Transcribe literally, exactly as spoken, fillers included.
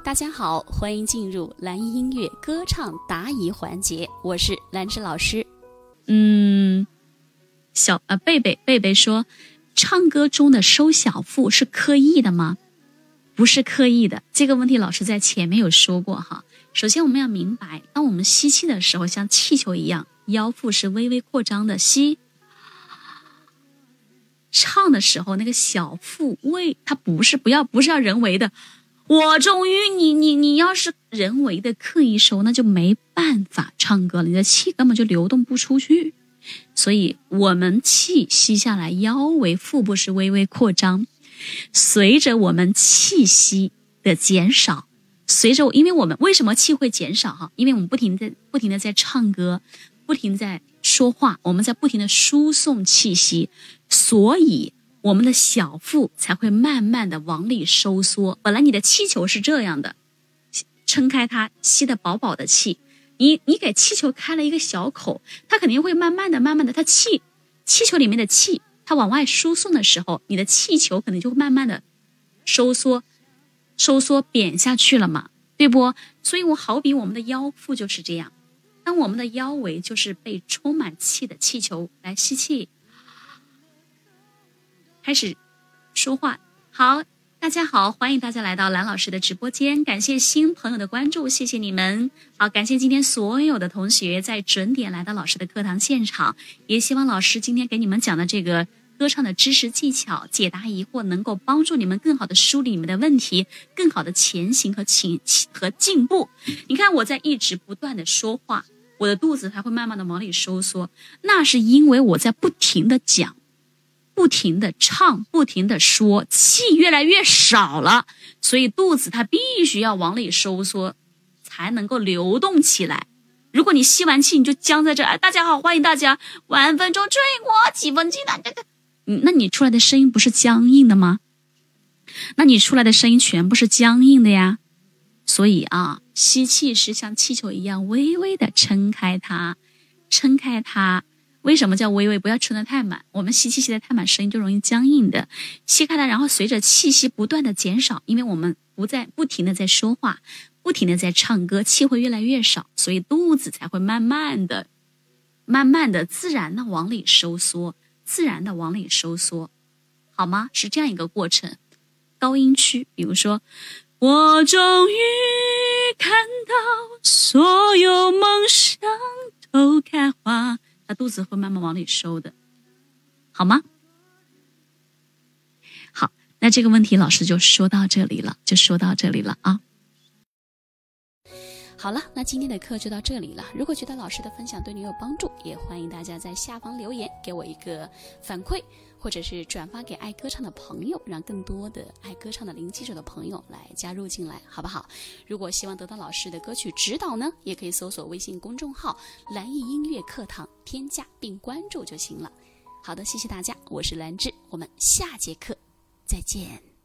大家好，欢迎进入蓝音音乐歌唱答疑环节，我是兰芝老师。 嗯，小呃贝贝贝贝说，唱歌中的收小腹是刻意的吗？不是刻意的，这个问题老师在前面有说过哈。首先我们要明白，当我们吸气的时候，像气球一样，腰腹是微微扩张的吸。唱的时候，那个小腹胃，它不是不要不是要人为的。我终于你你你要是人为的刻意收，那就没办法唱歌了，你的气根本就流动不出去。所以我们气吸下来，腰围腹部是微微扩张，随着我们气息的减少，随着因为我们为什么气会减少哈？因为我们不停的不停的在唱歌，不停地在说话，我们在不停的输送气息，所以我们的小腹才会慢慢的往里收缩。本来你的气球是这样的，撑开它，吸的饱饱的气，你你给气球开了一个小口，它肯定会慢慢的慢慢的，它气气球里面的气它往外输送的时候，你的气球可能就会慢慢的收缩收缩扁下去了嘛，对不？所以我好比我们的腰腹就是这样，当我们的腰围就是被充满气的气球来吸气，开始说话。好，大家好，欢迎大家来到蓝老师的直播间，感谢新朋友的关注，谢谢你们。好，感谢今天所有的同学在准点来到老师的课堂现场，也希望老师今天给你们讲的这个歌唱的知识技巧，解答疑惑，能够帮助你们更好的梳理你们的问题，更好的前行和进和进步。你看我在一直不断的说话，我的肚子才会慢慢的往里收缩，那是因为我在不停的讲，不停的唱，不停的说，气越来越少了，所以肚子它必须要往里收缩，才能够流动起来。如果你吸完气你就僵在这儿，大家好，欢迎大家，晚风中吹过几分气的，那你出来的声音不是僵硬的吗？那你出来的声音全部是僵硬的呀。所以啊，吸气时像气球一样微微的撑开它，撑开它。为什么叫微微？不要撑得太满，我们吸气吸得太满，声音就容易僵硬的。吸开它，然后随着气息不断的减少，因为我们不在不停的在说话，不停的在唱歌，气会越来越少，所以肚子才会慢慢的慢慢的自然的往里收缩，自然的往里收缩，好吗？是这样一个过程。高音区，比如说我终于看到所有梦想都开花，它肚子会慢慢往里收的，好吗？好，那这个问题老师就说到这里了，就说到这里了啊。 好了，那今天的课就到这里了。如果觉得老师的分享对你有帮助，也欢迎大家在下方留言给我一个反馈，或者是转发给爱歌唱的朋友，让更多的爱歌唱的零基础的朋友来加入进来，好不好？如果希望得到老师的歌曲指导呢，也可以搜索微信公众号蓝艺音乐课堂，添加并关注就行了。好的，谢谢大家，我是兰芝，我们下节课再见。